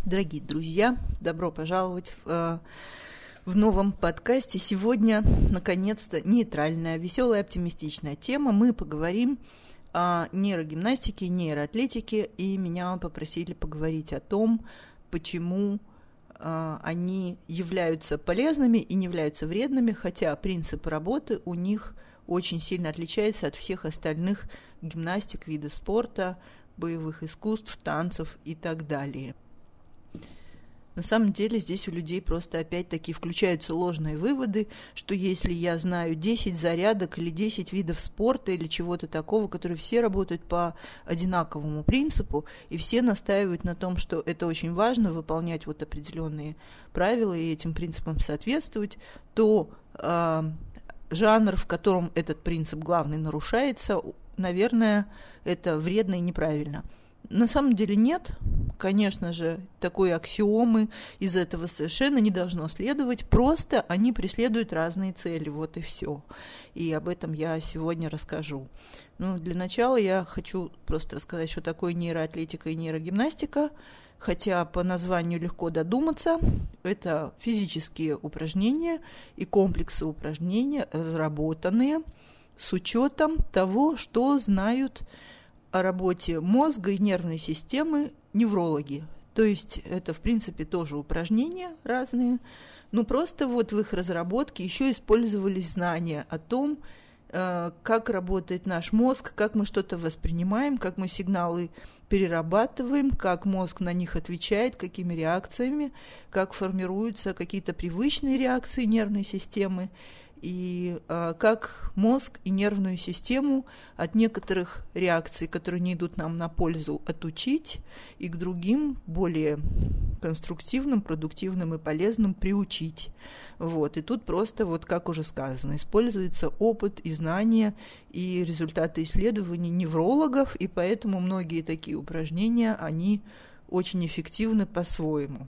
Дорогие друзья, добро пожаловать в новом подкасте. Сегодня, наконец-то, нейтральная, веселая, оптимистичная тема. Мы поговорим о нейрогимнастике, нейроатлетике, и меня попросили поговорить о том, почему они являются полезными и не являются вредными, хотя принцип работы у них очень сильно отличается от всех остальных гимнастик, видов спорта, боевых искусств, танцев и так далее. На самом деле здесь у людей просто опять-таки включаются ложные выводы, что если я знаю 10 зарядок или 10 видов спорта или чего-то такого, которые все работают по одинаковому принципу, и все настаивают на том, что это очень важно, выполнять вот определенные правила и этим принципам соответствовать, то жанр, в котором этот принцип главный нарушается, наверное, это вредно и неправильно. На самом деле нет, конечно же, такой аксиомы из этого совершенно не должно следовать, просто они преследуют разные цели, вот и все. И об этом я сегодня расскажу. Для начала я хочу просто рассказать, что такое нейроатлетика и нейрогимнастика, хотя по названию легко додуматься. Это физические упражнения и комплексы упражнений, разработанные с учетом того, что знают о работе мозга и нервной системы неврологи. То есть это, в принципе, тоже упражнения разные, но просто вот в их разработке еще использовались знания о том, как работает наш мозг, как мы что-то воспринимаем, как мы сигналы перерабатываем, как мозг на них отвечает, какими реакциями, как формируются какие-то привычные реакции нервной системы, и как мозг и нервную систему от некоторых реакций, которые не идут нам на пользу, отучить, и к другим, более конструктивным, продуктивным и полезным приучить. Вот. И тут просто, вот как уже сказано, используется опыт и знания, и результаты исследований неврологов, и поэтому многие такие упражнения, они очень эффективны по-своему.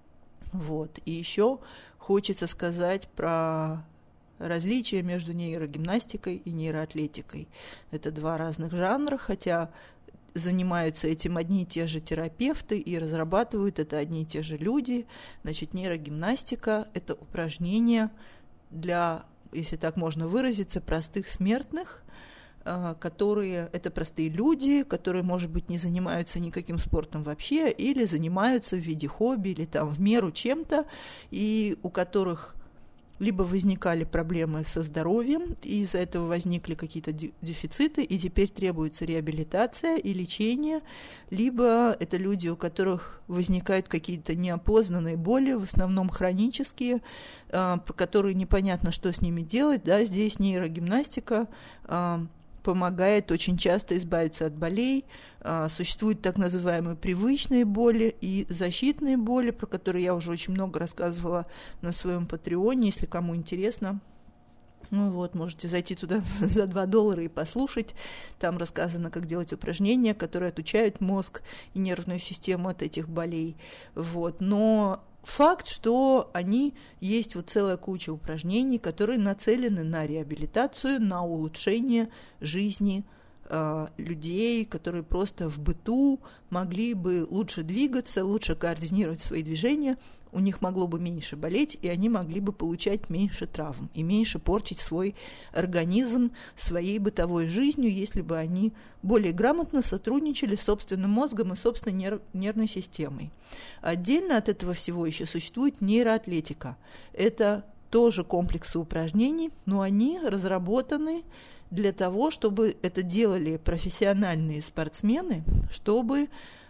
Вот. И еще хочется сказать про различия между нейрогимнастикой и нейроатлетикой. Это два разных жанра, хотя занимаются этим одни и те же терапевты и разрабатывают это одни и те же люди. Значит, нейрогимнастика – это упражнения для, если так можно выразиться, простых смертных, которые – это простые люди, которые, может быть, не занимаются никаким спортом вообще или занимаются в виде хобби или там в меру чем-то, и у которых либо возникали проблемы со здоровьем, и из-за этого возникли какие-то дефициты, и теперь требуется реабилитация и лечение, либо это люди, у которых возникают какие-то неопознанные боли, в основном хронические, про которые непонятно, что с ними делать. Да, здесь нейрогимнастика помогает очень часто избавиться от болей. Существуют так называемые привычные боли и защитные боли, про которые я уже очень много рассказывала на своем Патреоне, если кому интересно. Можете зайти туда за $2 и послушать. Там рассказано, как делать упражнения, которые отучают мозг и нервную систему от этих болей. Но факт, что они есть целая куча упражнений, которые нацелены на реабилитацию, на улучшение жизни людей, которые просто в быту могли бы лучше двигаться, лучше координировать свои движения, у них могло бы меньше болеть, и они могли бы получать меньше травм и меньше портить свой организм своей бытовой жизнью, если бы они более грамотно сотрудничали с собственным мозгом и собственной нервной системой. Отдельно от этого всего еще существует нейроатлетика. Это тоже комплексы упражнений, но они разработаны для того, чтобы это делали профессиональные спортсмены, чтобы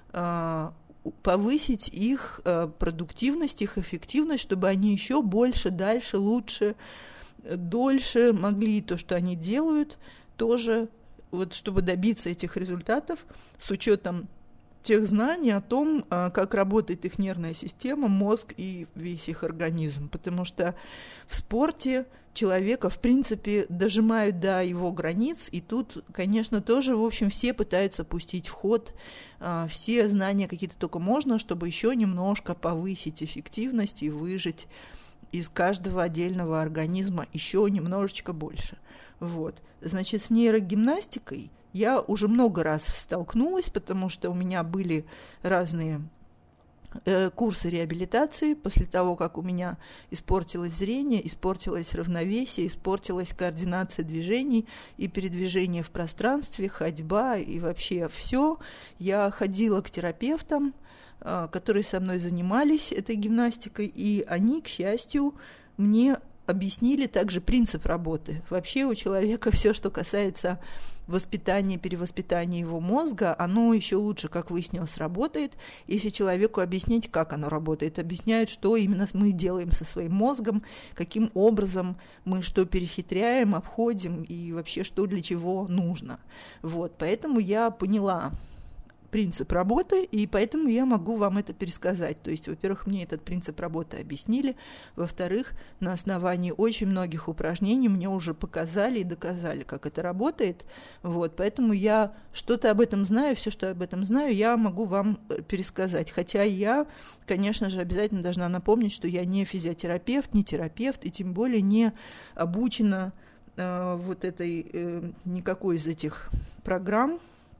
повысить их продуктивность, их эффективность, чтобы они еще больше, дальше, лучше, дольше могли то, что они делают, тоже, чтобы добиться этих результатов с учетом тех знаний о том, как работает их нервная система, мозг и весь их организм. Потому что в спорте человека, в принципе, дожимают до его границ, и тут, конечно, тоже, в общем, все пытаются пустить в ход все знания какие-то только можно, чтобы еще немножко повысить эффективность и выжать из каждого отдельного организма еще немножечко больше. Значит, с нейрогимнастикой я уже много раз столкнулась, потому что у меня были разные курсы реабилитации после того, как у меня испортилось зрение, испортилось равновесие, испортилась координация движений и передвижение в пространстве, ходьба и вообще все. Я ходила к терапевтам, которые со мной занимались этой гимнастикой, и они, к счастью, мне объяснили также принцип работы. Вообще у человека все, что касается воспитания, перевоспитания его мозга, оно еще лучше, как выяснилось, работает, если человеку объяснить, как оно работает, объясняют, что именно мы делаем со своим мозгом, каким образом мы что перехитряем, обходим и вообще что для чего нужно. Вот, поэтому я поняла принцип работы, и поэтому я могу вам это пересказать. То есть, во-первых, мне этот принцип работы объяснили, во-вторых, на основании очень многих упражнений мне уже показали и доказали, как это работает. Вот, поэтому я что-то об этом знаю, все, что об этом знаю, я могу вам пересказать. Хотя я, конечно же, обязательно должна напомнить, что я не физиотерапевт, не терапевт, и тем более не обучена вот этой никакой из этих программ.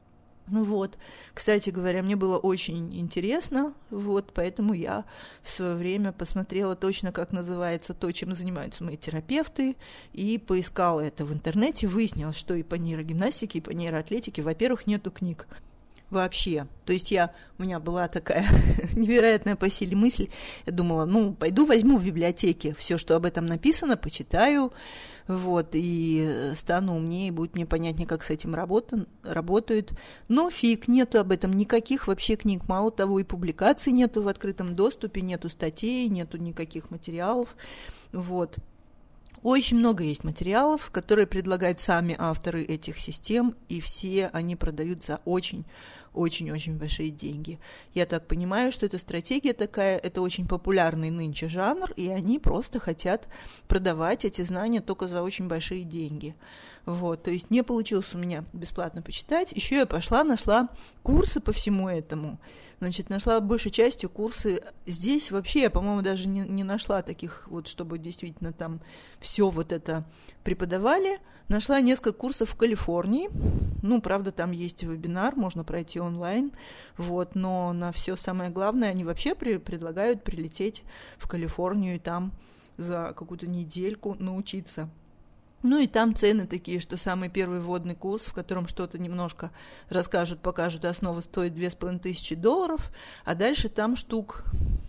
Вот, кстати говоря, мне было очень интересно, вот, поэтому я в свое время посмотрела точно, как называется то, чем занимаются мои терапевты, и поискала это в интернете, выяснилось, что и по нейрогимнастике, и по нейроатлетике, во-первых, нету книг вообще. То есть у меня была такая невероятная по силе мысль, я думала, пойду возьму в библиотеке все, что об этом написано, почитаю, вот, и стану умнее, и будет мне понятнее, как с этим работают. Но фиг, нету об этом никаких вообще книг, мало того, и публикаций нету в открытом доступе, нету статей, нету никаких материалов, вот. Очень много есть материалов, которые предлагают сами авторы этих систем, и все они продают за очень-очень большие деньги. Я так понимаю, что эта стратегия такая, это очень популярный нынче жанр, и они просто хотят продавать эти знания только за очень большие деньги. Вот, то есть не получилось у меня бесплатно почитать. Еще я пошла, нашла курсы по всему этому. Значит, нашла большей частью курсы. Здесь вообще я, по-моему, даже не нашла таких вот, чтобы действительно там все вот это преподавали. Нашла несколько курсов в Калифорнии. Правда, там есть вебинар, можно пройти онлайн. Вот, но на все самое главное они вообще предлагают прилететь в Калифорнию и там за какую-то недельку научиться. И там цены такие, что самый первый вводный курс, в котором что-то немножко расскажут, покажут основы, стоит $2500, а дальше там штук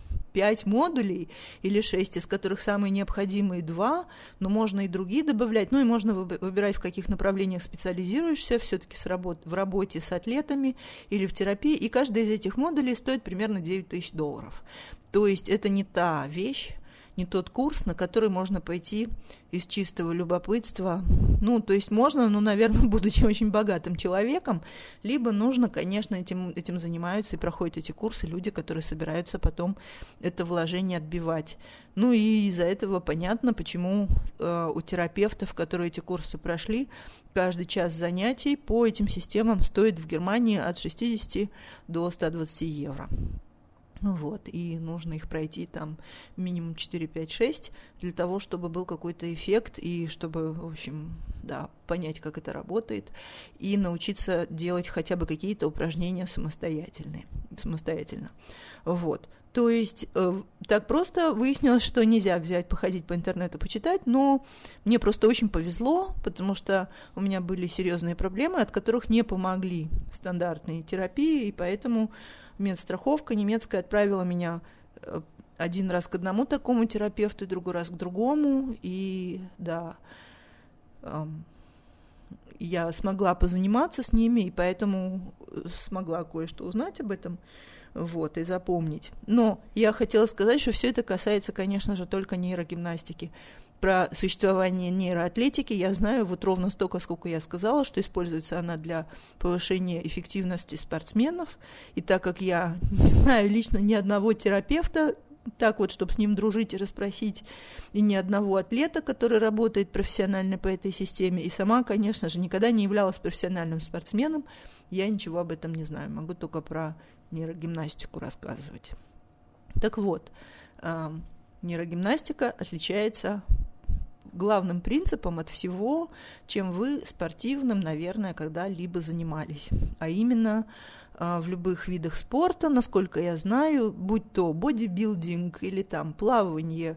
5 модулей или 6, из которых самые необходимые 2, но можно и другие добавлять, и можно выбирать, в каких направлениях специализируешься, все-таки в работе с атлетами или в терапии, и каждый из этих модулей стоит примерно $9000. То есть это не та вещь, не тот курс, на который можно пойти из чистого любопытства. То есть можно, наверное, будучи очень богатым человеком, либо нужно, конечно, этим занимаются и проходят эти курсы люди, которые собираются потом это вложение отбивать. И из-за этого понятно, почему у терапевтов, которые эти курсы прошли, каждый час занятий по этим системам стоит в Германии от 60 до 120 евро. И нужно их пройти там минимум 4, 5, 6 для того, чтобы был какой-то эффект и чтобы, в общем, понять, как это работает, и научиться делать хотя бы какие-то упражнения самостоятельно. Вот. То есть так просто выяснилось, что нельзя взять, походить по интернету, почитать, но мне просто очень повезло, потому что у меня были серьезные проблемы, от которых не помогли стандартные терапии, и поэтому медстраховка немецкая отправила меня один раз к одному такому терапевту, другой раз к другому, и я смогла позаниматься с ними, и поэтому смогла кое-что узнать об этом, и запомнить. Но я хотела сказать, что все это касается, конечно же, только нейрогимнастики. Про существование нейроатлетики я знаю ровно столько, сколько я сказала, что используется она для повышения эффективности спортсменов. И так как я не знаю лично ни одного терапевта, так вот, чтобы с ним дружить и расспросить, и ни одного атлета, который работает профессионально по этой системе, и сама, конечно же, никогда не являлась профессиональным спортсменом, я ничего об этом не знаю, могу только про нейрогимнастику рассказывать. Так вот, нейрогимнастика отличается главным принципом от всего, чем вы спортивным, наверное, когда-либо занимались. А именно, в любых видах спорта, насколько я знаю, будь то бодибилдинг или там плавание,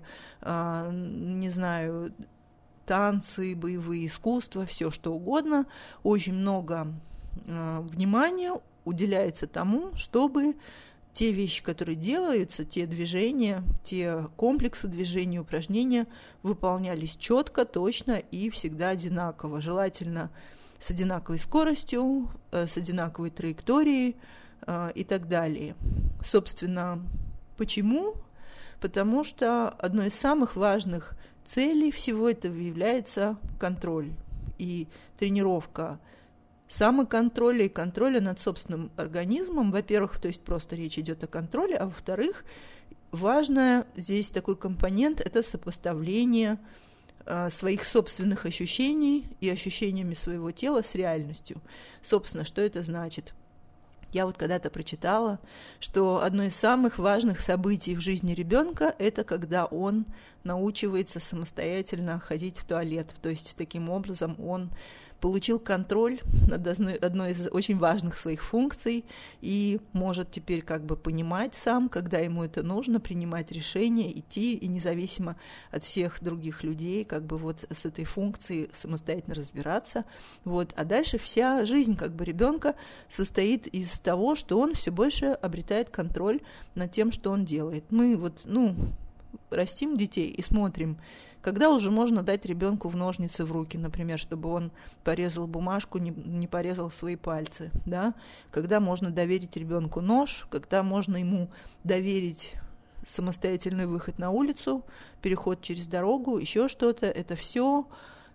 не знаю, танцы, боевые искусства, все что угодно, очень много внимания уделяется тому, чтобы те вещи, которые делаются, те движения, те комплексы движений, упражнения выполнялись четко, точно и всегда одинаково, желательно с одинаковой скоростью, с одинаковой траекторией и так далее. Собственно, почему? Потому что одной из самых важных целей всего этого является контроль и тренировка самоконтроля и контроля над собственным организмом. Во-первых, то есть просто речь идет о контроле, а во-вторых, важно здесь такой компонент – это сопоставление своих собственных ощущений и ощущениями своего тела с реальностью. Собственно, что это значит? Я вот когда-то прочитала, что одно из самых важных событий в жизни ребенка – это когда он научивается самостоятельно ходить в туалет. То есть таким образом он получил контроль над одной из очень важных своих функций и может теперь как бы понимать сам, когда ему это нужно, принимать решения, идти и независимо от всех других людей как бы вот с этой функцией самостоятельно разбираться. Вот. А дальше вся жизнь как бы ребенка состоит из того, что он все больше обретает контроль над тем, что он делает. Мы вот, растим детей и смотрим, когда уже можно дать ребенку в ножницы в руки, например, чтобы он порезал бумажку, не порезал свои пальцы, да? Когда можно доверить ребенку нож, когда можно ему доверить самостоятельный выход на улицу, переход через дорогу, еще что-то, это все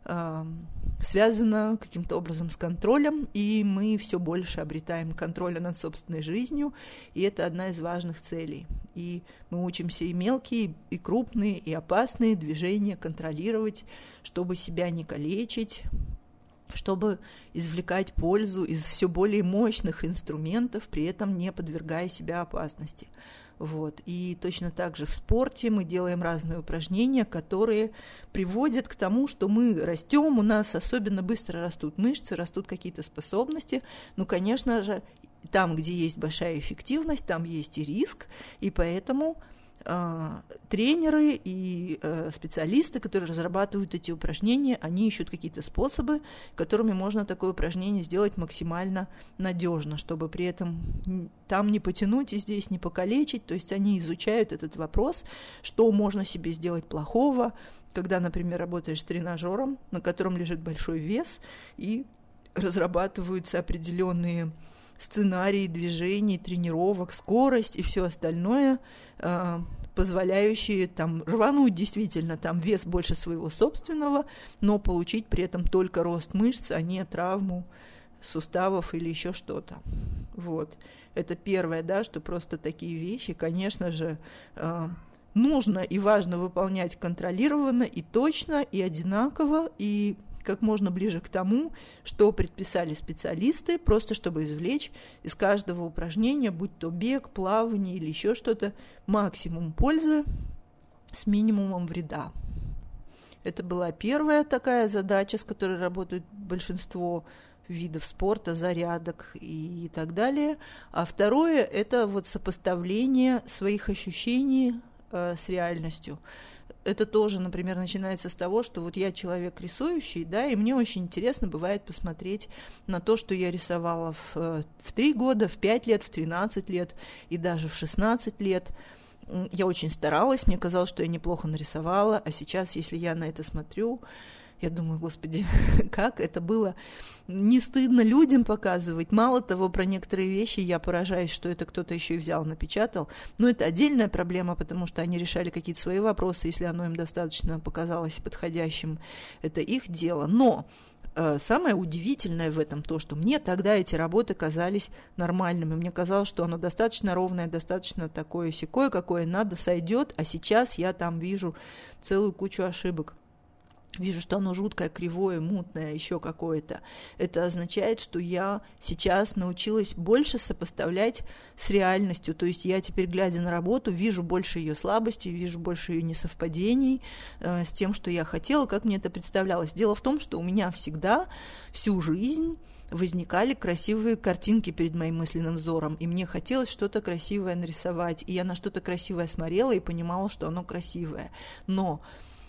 связано каким-то образом с контролем, и мы все больше обретаем контроля над собственной жизнью, и это одна из важных целей. И мы учимся и мелкие, и крупные, и опасные движения контролировать, чтобы себя не калечить, чтобы извлекать пользу из все более мощных инструментов, при этом не подвергая себя опасности. Вот. И точно так же в спорте мы делаем разные упражнения, которые приводят к тому, что мы растем, у нас особенно быстро растут мышцы, растут какие-то способности. Ну, конечно же, там, где есть большая эффективность, там есть и риск, и поэтому тренеры и специалисты, которые разрабатывают эти упражнения, они ищут какие-то способы, которыми можно такое упражнение сделать максимально надежно, чтобы при этом там не потянуть и здесь не покалечить. То есть они изучают этот вопрос, что можно себе сделать плохого, когда, например, работаешь с тренажером, на котором лежит большой вес, и разрабатываются определенные сценарии движений, тренировок, скорость и все остальное, позволяющие там рвануть действительно там вес больше своего собственного, но получить при этом только рост мышц, а не травму суставов или еще что-то. Вот. Это первое, да, что просто такие вещи, конечно же, нужно и важно выполнять контролированно и точно, и одинаково, и как можно ближе к тому, что предписали специалисты, просто чтобы извлечь из каждого упражнения, будь то бег, плавание или еще что-то, максимум пользы с минимумом вреда. Это была первая такая задача, с которой работают большинство видов спорта, зарядок и так далее. А второе – это вот сопоставление своих ощущений с реальностью. Это тоже, например, начинается с того, что вот я человек рисующий, да, и мне очень интересно бывает посмотреть на то, что я рисовала в 3 года, в 5 лет, в 13 лет и даже в 16 лет. Я очень старалась, мне казалось, что я неплохо нарисовала, а сейчас, если я на это смотрю, я думаю, господи, как это было не стыдно людям показывать. Мало того, про некоторые вещи я поражаюсь, что это кто-то еще и взял, напечатал. Но это отдельная проблема, потому что они решали какие-то свои вопросы, если оно им достаточно показалось подходящим, это их дело. Но самое удивительное в этом то, что мне тогда эти работы казались нормальными. Мне казалось, что оно достаточно ровное, достаточно такое-сякое, какое надо, сойдет, а сейчас я там вижу целую кучу ошибок. вижу, что оно жуткое, кривое, мутное, еще какое-то, это означает, что я сейчас научилась больше сопоставлять с реальностью. То есть я теперь, глядя на работу, вижу больше ее слабостей, вижу больше ее несовпадений с тем, что я хотела, как мне это представлялось. Дело в том, что у меня всегда, всю жизнь возникали красивые картинки перед моим мысленным взором, и мне хотелось что-то красивое нарисовать, и я на что-то красивое смотрела и понимала, что оно красивое. Но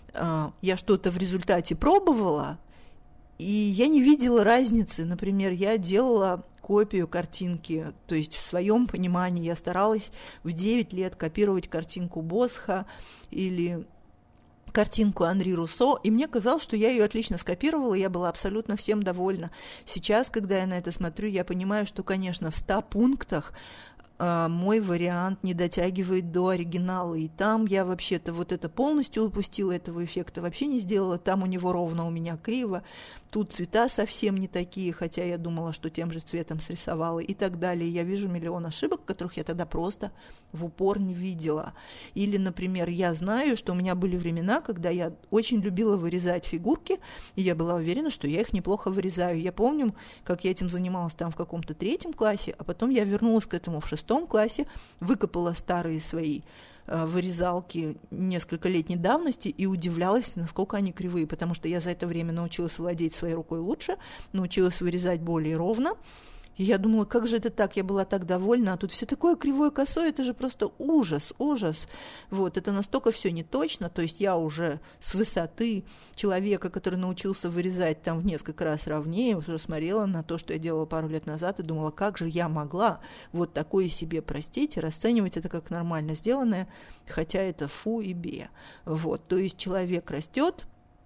я что-то в результате пробовала, и я не видела разницы. Например, я делала копию картинки, то есть в своем понимании я старалась в 9 лет копировать картинку Босха или картинку Анри Руссо, и мне казалось, что я ее отлично скопировала, и я была абсолютно всем довольна. Сейчас, когда я на это смотрю, я понимаю, что, конечно, в 100 пунктах мой вариант не дотягивает до оригинала, и там я вообще-то вот это полностью упустила, этого эффекта вообще не сделала, там у него ровно, у меня криво, тут цвета совсем не такие, хотя я думала, что тем же цветом срисовала и так далее. Я вижу миллион ошибок, которых я тогда просто в упор не видела. Или, например, я знаю, что у меня были времена, когда я очень любила вырезать фигурки, и я была уверена, что я их неплохо вырезаю. Я помню, как я этим занималась там в каком-то 3 классе, а потом я вернулась к этому в 6 классе, выкопала старые свои вырезалки нескольколетней давности и удивлялась, насколько они кривые, потому что я за это время научилась владеть своей рукой лучше, научилась вырезать более ровно. И я думала, как же это так, я была так довольна, а тут все такое кривое, косое, это же просто ужас, ужас. Вот, это настолько все не точно, то есть я уже с высоты человека, который научился вырезать там в несколько раз ровнее, уже смотрела на то, что я делала пару лет назад, и думала, как же я могла вот такое себе простить и расценивать это как нормально сделанное, хотя это фу и бе. Вот, то есть человек растет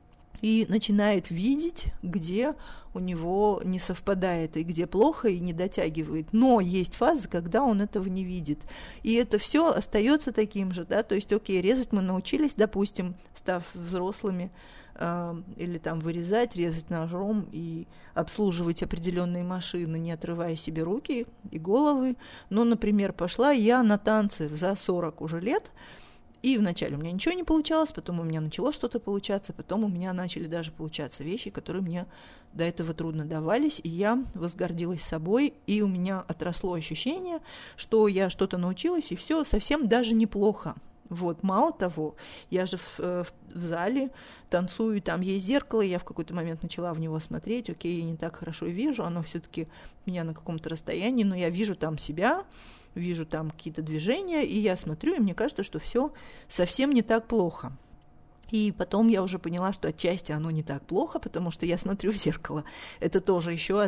и начинает видеть, где у него не совпадает, и где плохо, и не дотягивает. Но есть фазы, когда он этого не видит. И это все остается таким же, да, то есть, окей, резать мы научились, допустим, став взрослыми, или там вырезать, резать ножом и обслуживать определенные машины, не отрывая себе руки и головы. Но, например, пошла я на танцы за 40 уже лет, и вначале у меня ничего не получалось, потом у меня начало что-то получаться, потом у меня начали даже получаться вещи, которые мне до этого трудно давались, и я возгордилась собой, и у меня отросло ощущение, что я что-то научилась, и все совсем даже неплохо. Вот, мало того, я же в зале танцую, там есть зеркало, я в какой-то момент начала в него смотреть, окей, я не так хорошо вижу, оно все-таки меня на каком-то расстоянии, но я вижу там себя, вижу там какие-то движения, и я смотрю, и мне кажется, что все совсем не так плохо. И потом я уже поняла, что отчасти оно не так плохо, потому что я смотрю в зеркало. Это тоже еще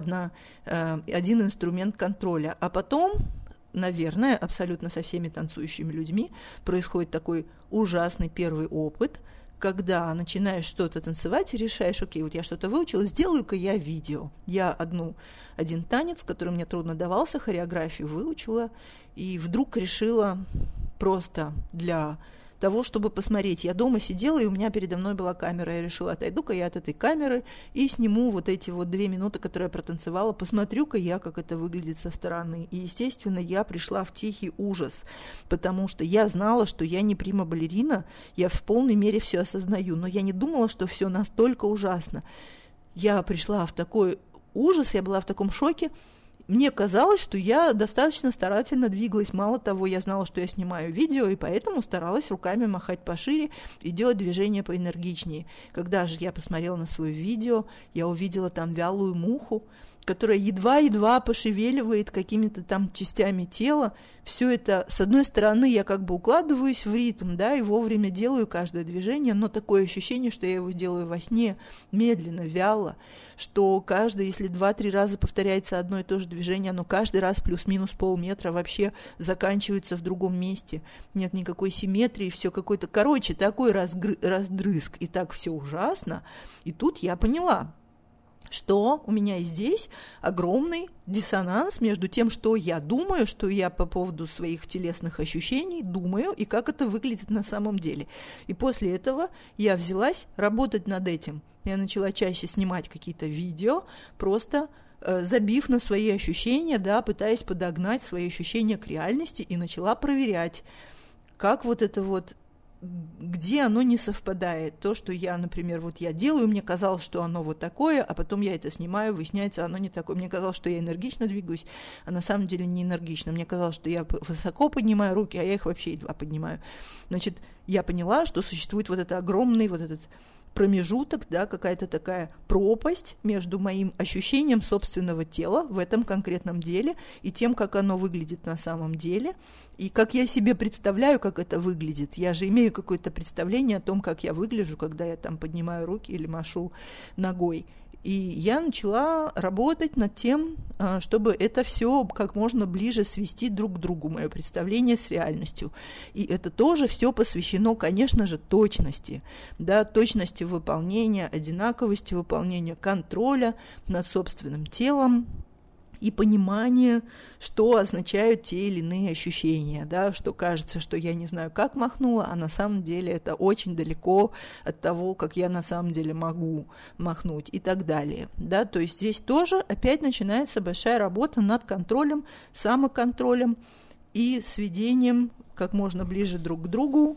один инструмент контроля. А потом, наверное, абсолютно со всеми танцующими людьми происходит такой ужасный первый опыт, когда начинаешь что-то танцевать и решаешь, окей, вот я что-то выучила, сделаю-ка я видео. Я один танец, который мне трудно давался, хореографию выучила, и вдруг решила просто для того, чтобы посмотреть. Я дома сидела, и у меня передо мной была камера. Я решила, отойду-ка я от этой камеры и сниму вот эти вот 2 минуты, которые я протанцевала, посмотрю-ка я, как это выглядит со стороны. И, естественно, я пришла в тихий ужас, потому что я знала, что я не прима-балерина, я в полной мере все осознаю, но я не думала, что все настолько ужасно. Я пришла в такой ужас, я была в таком шоке. Мне казалось, что я достаточно старательно двигалась. Мало того, я знала, что я снимаю видео, и поэтому старалась руками махать пошире и делать движения поэнергичнее. Когда же я посмотрела на свое видео, я увидела там вялую муху, которая едва-едва пошевеливает какими-то там частями тела. Все это, с одной стороны, я как бы укладываюсь в ритм, да, и вовремя делаю каждое движение, но такое ощущение, что я его делаю во сне, медленно, вяло, что если 2-3 раза повторяется одно и то же движение, оно каждый раз плюс-минус полметра вообще заканчивается в другом месте. Нет никакой симметрии, все какой-то, такой раздрызг, и так все ужасно. И тут я поняла, что у меня здесь огромный диссонанс между тем, что я думаю, что я по поводу своих телесных ощущений думаю, и как это выглядит на самом деле. И после этого я взялась работать над этим. Я начала чаще снимать какие-то видео, просто забив на свои ощущения, да, пытаясь подогнать свои ощущения к реальности, и начала проверять, как вот это вот где оно не совпадает. То, что я, например, вот я делаю, мне казалось, что оно вот такое, а потом я это снимаю, выясняется, оно не такое. Мне казалось, что я энергично двигаюсь, а на самом деле не энергично. Мне казалось, что я высоко поднимаю руки, а я их вообще едва поднимаю. Значит, я поняла, что существует вот это огромный вот этот промежуток, да, какая-то такая пропасть между моим ощущением собственного тела в этом конкретном деле и тем, как оно выглядит на самом деле, и как я себе представляю, как это выглядит. Я же имею какое-то представление о том, как я выгляжу, когда я там поднимаю руки или машу ногой. И я начала работать над тем, чтобы это все как можно ближе свести друг к другу, мое представление с реальностью. И это тоже все посвящено, конечно же, точности, да, точности выполнения, одинаковости выполнения, контроля над собственным телом и понимание, что означают те или иные ощущения, да, что кажется, что я не знаю, как махнула, а на самом деле это очень далеко от того, как я на самом деле могу махнуть и так далее, да, то есть здесь тоже опять начинается большая работа над контролем, самоконтролем и сведением как можно ближе друг к другу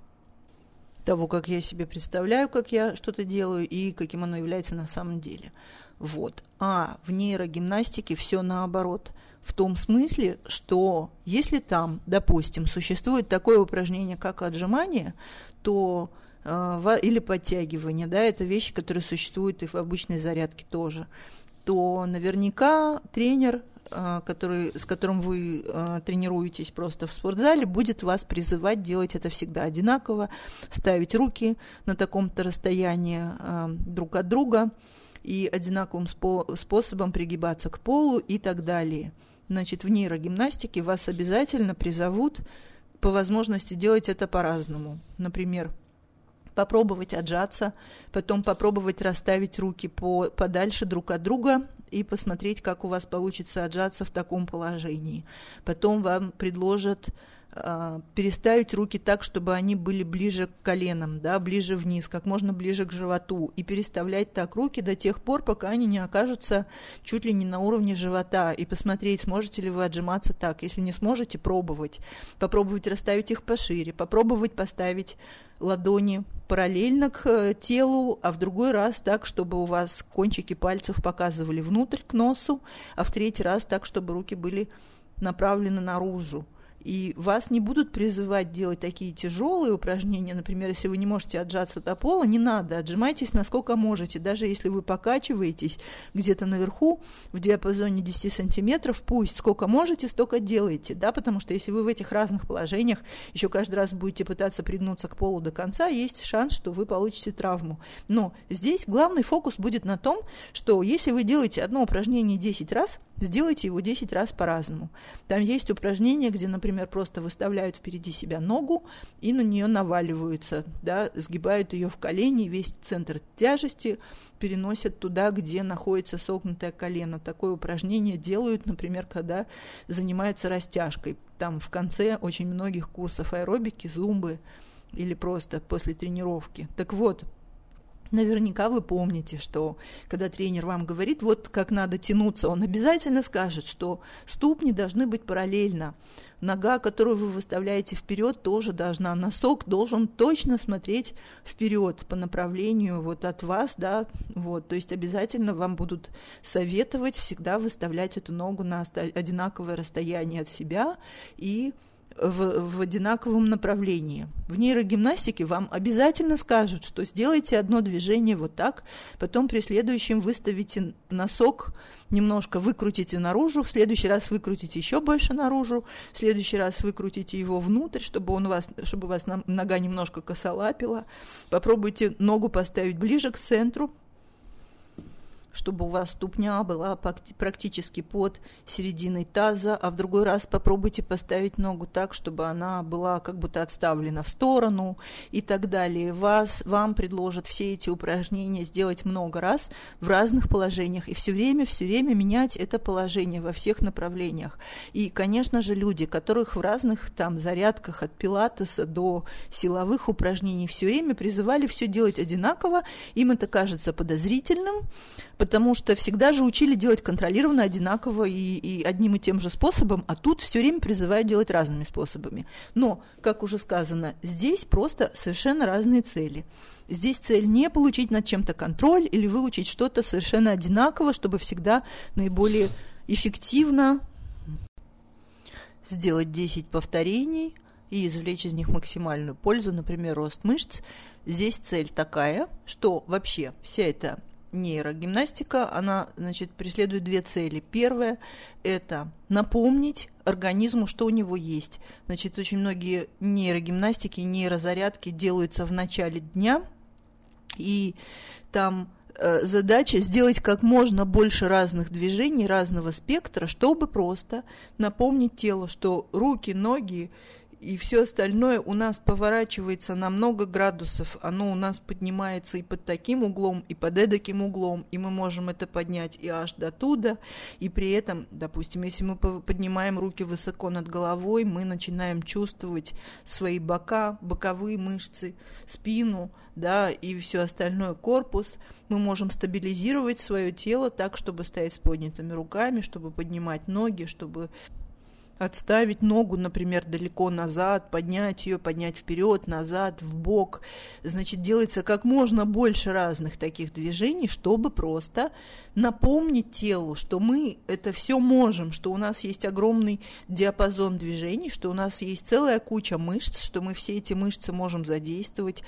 того, как я себе представляю, как я что-то делаю и каким оно является на самом деле. Вот. А в нейрогимнастике все наоборот. В том смысле, что если там, допустим, существует такое упражнение, как отжимание, то или подтягивание, да, это вещи, которые существуют и в обычной зарядке тоже, то наверняка тренер, с которым вы тренируетесь просто в спортзале, будет вас призывать делать это всегда одинаково, ставить руки на таком-то расстоянии друг от друга и одинаковым способом пригибаться к полу и так далее. Значит, в нейрогимнастике вас обязательно призовут по возможности делать это по-разному. Например, попробовать отжаться, потом попробовать расставить руки подальше друг от друга и посмотреть, как у вас получится отжаться в таком положении. Потом вам предложат переставить руки так, чтобы они были ближе к коленам, да, ближе вниз, как можно ближе к животу, и переставлять так руки до тех пор, пока они не окажутся чуть ли не на уровне живота, и посмотреть, сможете ли вы отжиматься так. Если не сможете, попробовать расставить их пошире, попробовать поставить ладони параллельно к телу, а в другой раз так, чтобы у вас кончики пальцев показывали внутрь к носу, а в третий раз так, чтобы руки были направлены наружу. И вас не будут призывать делать такие тяжелые упражнения. Например, если вы не можете отжаться до пола, не надо, отжимайтесь насколько можете. Даже если вы покачиваетесь где-то наверху в диапазоне 10 сантиметров, пусть сколько можете, столько делайте. Да? Потому что если вы в этих разных положениях еще каждый раз будете пытаться пригнуться к полу до конца, есть шанс, что вы получите травму. Но здесь главный фокус будет на том, что если вы делаете одно упражнение 10 раз, сделайте его 10 раз по-разному. Там есть упражнения, где, например, просто выставляют впереди себя ногу и на нее наваливаются, да, сгибают ее в колени, весь центр тяжести переносят туда, где находится согнутое колено. Такое упражнение делают, например, когда занимаются растяжкой. Там в конце очень многих курсов аэробики, зумбы или просто после тренировки. Так вот, наверняка вы помните, что когда тренер вам говорит, вот как надо тянуться, он обязательно скажет, что ступни должны быть параллельно. Нога, которую вы выставляете вперед, тоже должна. Носок должен точно смотреть вперед по направлению вот от вас, да, вот. То есть обязательно вам будут советовать всегда выставлять эту ногу на одинаковое расстояние от себя и в одинаковом направлении. В нейрогимнастике вам обязательно скажут, что сделайте одно движение вот так, потом при следующем выставите носок, немножко выкрутите наружу, в следующий раз выкрутите еще больше наружу, в следующий раз выкрутите его внутрь, чтобы у вас нога немножко косолапила. Попробуйте ногу поставить ближе к центру, чтобы у вас ступня была практически под серединой таза, а в другой раз попробуйте поставить ногу так, чтобы она была как будто отставлена в сторону и так далее. Вам предложат все эти упражнения сделать много раз в разных положениях и все время менять это положение во всех направлениях. И, конечно же, люди, которых в разных там зарядках от пилатеса до силовых упражнений все время призывали все делать одинаково, им это кажется подозрительным, потому что всегда же учили делать контролированно, одинаково и одним и тем же способом, а тут все время призывают делать разными способами. Но, как уже сказано, здесь просто совершенно разные цели. Здесь цель не получить над чем-то контроль или выучить что-то совершенно одинаково, чтобы всегда наиболее эффективно сделать 10 повторений и извлечь из них максимальную пользу, например, рост мышц. Здесь цель такая, что вообще вся эта нейрогимнастика, она, значит, преследует две цели. Первая – это напомнить организму, что у него есть. Значит, очень многие нейрогимнастики, нейрозарядки делаются в начале дня, и там задача сделать как можно больше разных движений, разного спектра, чтобы просто напомнить телу, что руки, ноги и все остальное у нас поворачивается на много градусов, оно у нас поднимается и под таким углом, и под эдаким углом, и мы можем это поднять и аж до туда, и при этом, допустим, если мы поднимаем руки высоко над головой, мы начинаем чувствовать свои бока, боковые мышцы, спину, да, и все остальное, корпус. Мы можем стабилизировать свое тело так, чтобы стоять с поднятыми руками, чтобы поднимать ноги, чтобы отставить ногу, например, далеко назад, поднять ее, поднять вперед, назад, вбок. Значит, делается как можно больше разных таких движений, чтобы просто напомнить телу, что мы это все можем, что у нас есть огромный диапазон движений, что у нас есть целая куча мышц, что мы все эти мышцы можем задействовать.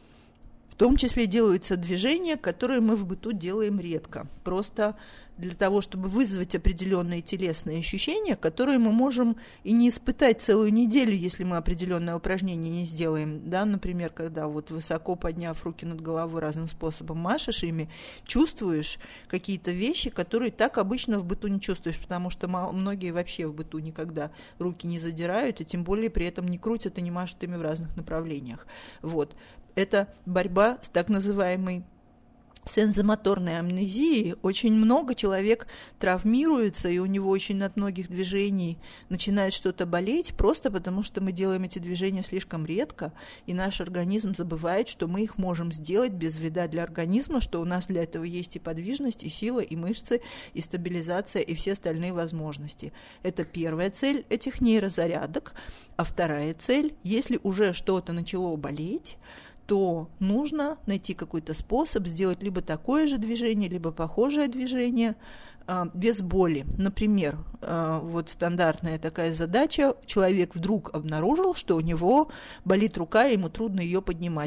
В том числе делаются движения, которые мы в быту делаем редко. Просто для того, чтобы вызвать определенные телесные ощущения, которые мы можем и не испытать целую неделю, если мы определенное упражнение не сделаем. Да, например, когда вот высоко подняв руки над головой разным способом машешь ими, чувствуешь какие-то вещи, которые так обычно в быту не чувствуешь, потому что многие вообще в быту никогда руки не задирают, и тем более при этом не крутят и не машут ими в разных направлениях. Вот. Это борьба с так называемой сензомоторной амнезией. Очень много человек травмируется, и у него очень от многих движений начинает что-то болеть, просто потому что мы делаем эти движения слишком редко, и наш организм забывает, что мы их можем сделать без вреда для организма, что у нас для этого есть и подвижность, и сила, и мышцы, и стабилизация, и все остальные возможности. Это первая цель этих нейрозарядок. А вторая цель, если уже что-то начало болеть, то нужно найти какой-то способ сделать либо такое же движение, либо похожее движение без боли. Например, вот стандартная такая задача: человек вдруг обнаружил, что у него болит рука, и ему трудно ее поднимать,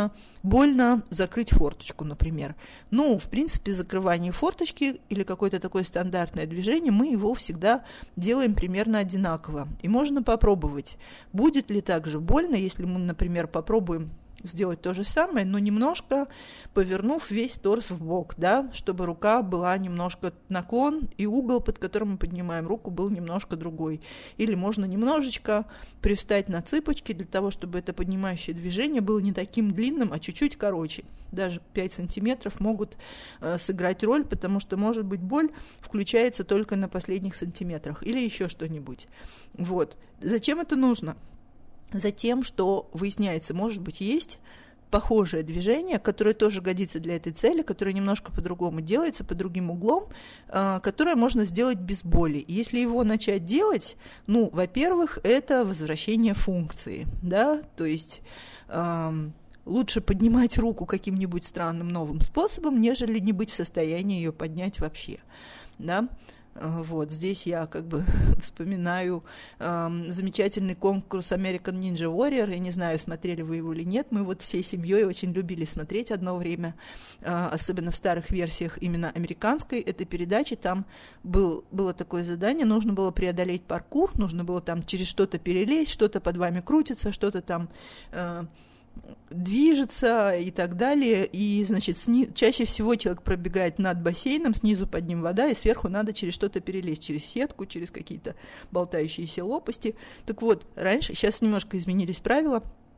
больно закрыть форточку, например. Ну, в принципе, закрывание форточки или какое-то такое стандартное движение, мы его всегда делаем примерно одинаково. И можно попробовать, будет ли так же больно, если мы, например, попробуем сделать то же самое, но немножко повернув весь торс в бок, да, чтобы рука была немножко наклон, и угол, под которым мы поднимаем руку, был немножко другой. Или можно немножечко привстать на цыпочки для того, чтобы это поднимающее движение было не таким длинным, а чуть-чуть короче. Даже 5 сантиметров могут сыграть роль, потому что, может быть, боль включается только на последних сантиметрах или еще что-нибудь. Вот. Зачем это нужно? Затем, что выясняется, может быть, есть похожее движение, которое тоже годится для этой цели, которое немножко по-другому делается, под другим углом, которое можно сделать без боли. И если его начать делать, ну, во-первых, это возвращение функции, да, то есть лучше поднимать руку каким-нибудь странным новым способом, нежели не быть в состоянии ее поднять вообще, да. Вот, здесь я как бы вспоминаю замечательный конкурс American Ninja Warrior. Я не знаю, смотрели вы его или нет. Мы вот всей семьей очень любили смотреть одно время, особенно в старых версиях именно американской этой передачи. Там было такое задание, нужно было преодолеть паркур, нужно было там через что-то перелезть, что-то под вами крутится, что-то там движется и так далее, и, значит, чаще всего человек пробегает над бассейном, снизу под ним вода, и сверху надо через что-то перелезть, через сетку, через какие-то болтающиеся лопасти. Так вот, раньше, сейчас немножко изменились правила,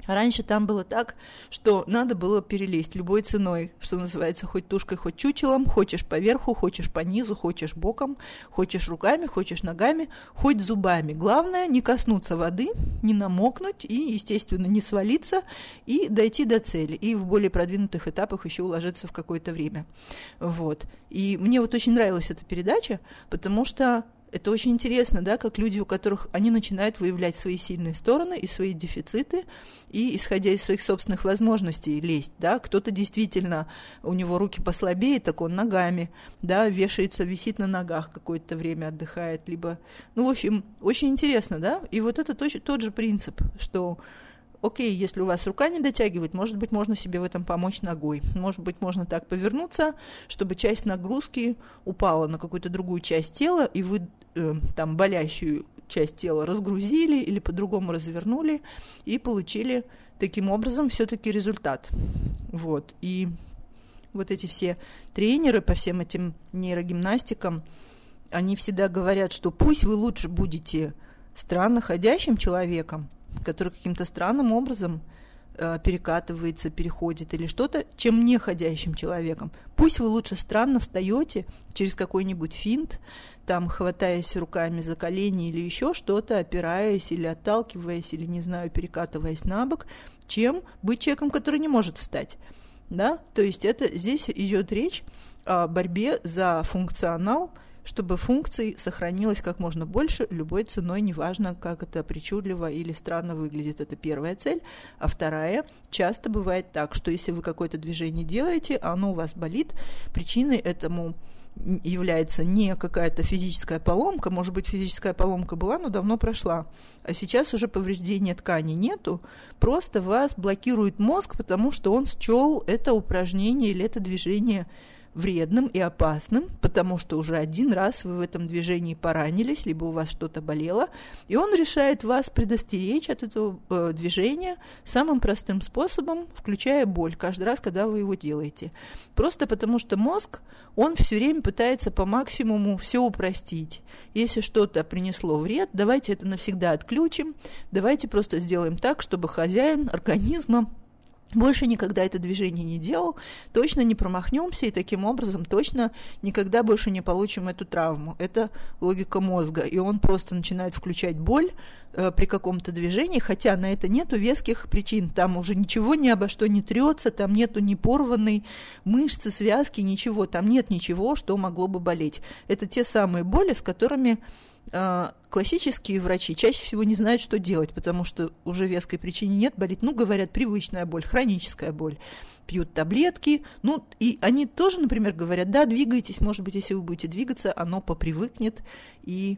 А раньше там было так, что надо было перелезть любой ценой, что называется, хоть тушкой, хоть чучелом, хочешь поверху, хочешь по низу, хочешь боком, хочешь руками, хочешь ногами, хоть зубами. Главное не коснуться воды, не намокнуть и, естественно, не свалиться и дойти до цели. И в более продвинутых этапах еще уложиться в какое-то время. Вот. И мне вот очень нравилась эта передача, потому что это очень интересно, да, как люди, у которых они начинают выявлять свои сильные стороны и свои дефициты, и, исходя из своих собственных возможностей, лезть, да, кто-то действительно, у него руки послабее, так он ногами, да, вешается, висит на ногах какое-то время, отдыхает, либо, ну, в общем, очень интересно, да, и вот это тот же принцип, что окей, если у вас рука не дотягивает, может быть, можно себе в этом помочь ногой. Может быть, можно так повернуться, чтобы часть нагрузки упала на какую-то другую часть тела, и вы там болящую часть тела разгрузили или по-другому развернули и получили таким образом все-таки результат. Вот. И вот эти все тренеры по всем этим нейрогимнастикам, они всегда говорят, что пусть вы лучше будете странно ходящим человеком, который каким-то странным образом перекатывается, переходит или что-то, чем неходящим человеком. Пусть вы лучше странно встаете через какой-нибудь финт, там, хватаясь руками за колени или еще что-то, опираясь или отталкиваясь, или, не знаю, перекатываясь на бок, чем быть человеком, который не может встать. Да? То есть здесь идет речь о борьбе за функционал, чтобы функций сохранилось как можно больше, любой ценой, неважно, как это причудливо или странно выглядит. Это первая цель. А вторая, часто бывает так, что если вы какое-то движение делаете, а оно у вас болит, причиной этому является не какая-то физическая поломка, может быть, физическая поломка была, но давно прошла, а сейчас уже повреждения ткани нету, просто вас блокирует мозг, потому что он счел это упражнение или это движение вредным и опасным, потому что уже один раз вы в этом движении поранились, либо у вас что-то болело, и он решает вас предостеречь от этого движения самым простым способом, включая боль каждый раз, когда вы его делаете. Просто потому что мозг, он все время пытается по максимуму все упростить. Если что-то принесло вред, давайте это навсегда отключим, давайте просто сделаем так, чтобы хозяин организма больше никогда это движение не делал, точно не промахнемся и таким образом точно никогда больше не получим эту травму. Это логика мозга, и он просто начинает включать боль при каком-то движении, хотя на это нету веских причин, там уже ничего ни обо что не трется, там нету ни порванной мышцы, связки, ничего, там нет ничего, что могло бы болеть. Это те самые боли, с которыми классические врачи чаще всего не знают, что делать, потому что уже веской причины нет, болит, ну, говорят, привычная боль, хроническая боль, пьют таблетки, ну, и они тоже, например, говорят, да, двигайтесь, может быть, если вы будете двигаться, оно попривыкнет и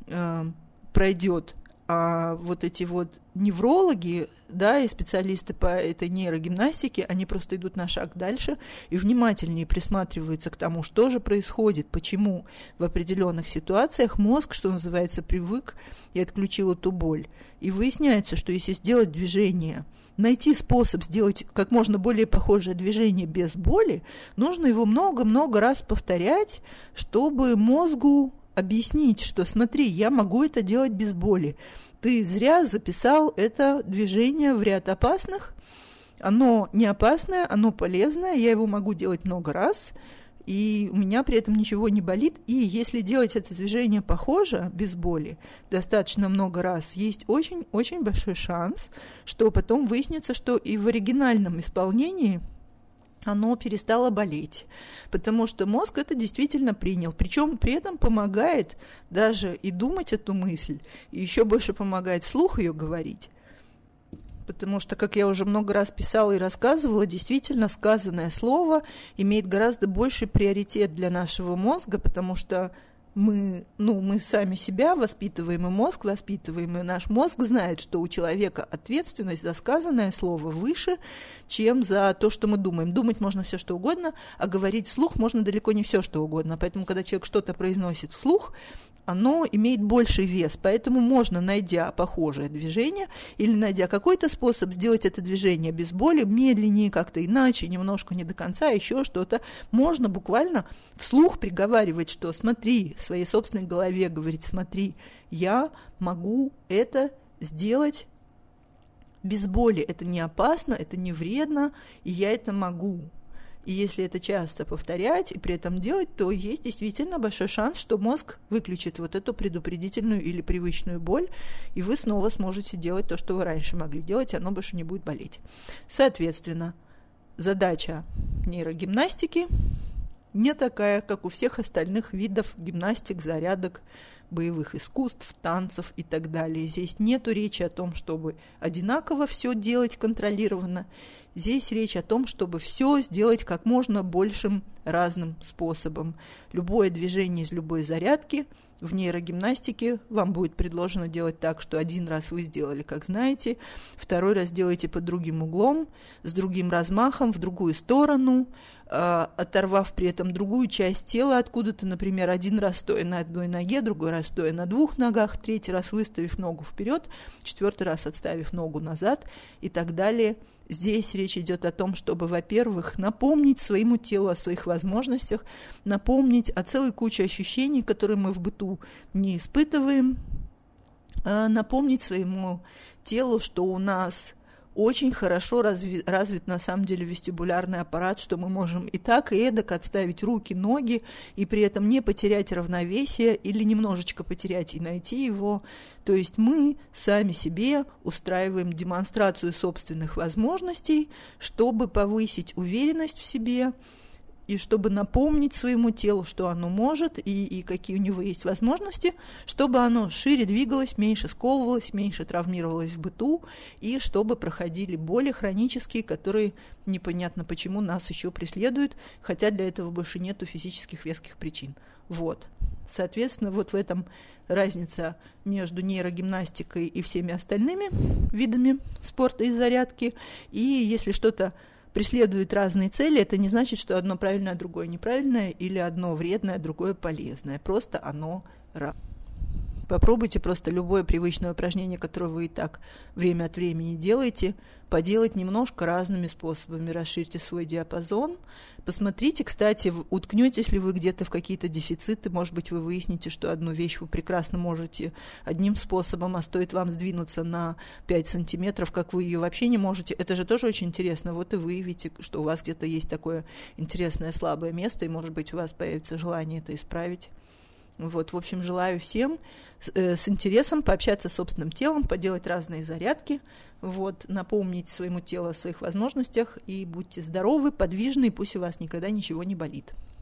пройдет. А вот эти вот неврологи, да, и специалисты по этой нейрогимнастике, они просто идут на шаг дальше и внимательнее присматриваются к тому, что же происходит, почему в определенных ситуациях мозг, что называется, привык и отключил эту боль. И выясняется, что если сделать движение, найти способ сделать как можно более похожее движение без боли, нужно его много-много раз повторять, чтобы мозгу объяснить, что смотри, я могу это делать без боли. Ты зря записал это движение в ряд опасных. Оно не опасное, оно полезное, я его могу делать много раз, и у меня при этом ничего не болит. И если делать это движение похоже, без боли, достаточно много раз, есть очень-очень большой шанс, что потом выяснится, что и в оригинальном исполнении оно перестало болеть, потому что мозг это действительно принял, причем при этом помогает даже и думать эту мысль, и еще больше помогает вслух ее говорить, потому что, как я уже много раз писала и рассказывала, действительно сказанное слово имеет гораздо больший приоритет для нашего мозга, потому что мы сами себя воспитываем, и мозг воспитываем, и наш мозг знает, что у человека ответственность за сказанное слово выше, чем за то, что мы думаем. Думать можно все, что угодно, а говорить вслух можно далеко не все, что угодно. Поэтому, когда человек что-то произносит вслух, оно имеет больший вес, поэтому можно, найдя похожее движение или найдя какой-то способ сделать это движение без боли, медленнее, как-то иначе, немножко не до конца, еще что-то, можно буквально вслух приговаривать, что смотри, в своей собственной голове говорить, смотри, я могу это сделать без боли это не опасно, это не вредно, и я это могу. И если это часто повторять и при этом делать, то есть действительно большой шанс, что мозг выключит вот эту предупредительную или привычную боль, и вы снова сможете делать то, что вы раньше могли делать, и оно больше не будет болеть. Соответственно, задача нейрогимнастики не такая, как у всех остальных видов гимнастик, зарядок, боевых искусств, танцев и так далее. Здесь нету речи о том, чтобы одинаково все делать контролированно. Здесь речь о том, чтобы все сделать как можно большим разным способом. Любое движение из любой зарядки в нейрогимнастике вам будет предложено делать так, что один раз вы сделали, как знаете, второй раз делаете под другим углом, с другим размахом, в другую сторону, оторвав при этом другую часть тела откуда-то, например, один раз стоя на одной ноге, другой раз стоя на двух ногах, третий раз выставив ногу вперед, четвертый раз отставив ногу назад и так далее. Здесь речь идет о том, чтобы, во-первых, напомнить своему телу о своих возможностях, напомнить о целой куче ощущений, которые мы в быту не испытываем, напомнить своему телу, что у нас очень хорошо развит на самом деле вестибулярный аппарат, что мы можем и так, и эдак отставить руки, ноги, и при этом не потерять равновесие или немножечко потерять и найти его. То есть мы сами себе устраиваем демонстрацию собственных возможностей, чтобы повысить уверенность в себе, и чтобы напомнить своему телу, что оно может, и какие у него есть возможности, чтобы оно шире двигалось, меньше сковывалось, меньше травмировалось в быту, и чтобы проходили боли хронические, которые непонятно почему нас еще преследуют, хотя для этого больше нету физических веских причин. Вот. Соответственно, вот в этом разница между нейрогимнастикой и всеми остальными видами спорта и зарядки. И если что-то преследует разные цели, это не значит, что одно правильное, а другое неправильное, или одно вредное, а другое полезное. Просто оно разное. Попробуйте просто любое привычное упражнение, которое вы и так время от времени делаете, поделать немножко разными способами. Расширьте свой диапазон. Посмотрите, кстати, уткнетесь ли вы где-то в какие-то дефициты. Может быть, вы выясните, что одну вещь вы прекрасно можете одним способом, а стоит вам сдвинуться на 5 сантиметров, как вы ее вообще не можете. Это же тоже очень интересно. Вот и выявите, что у вас где-то есть такое интересное слабое место, и, может быть, у вас появится желание это исправить. Вот, в общем, желаю всем с интересом пообщаться с собственным телом, поделать разные зарядки, вот, напомнить своему телу о своих возможностях, и будьте здоровы, подвижны, и пусть у вас никогда ничего не болит.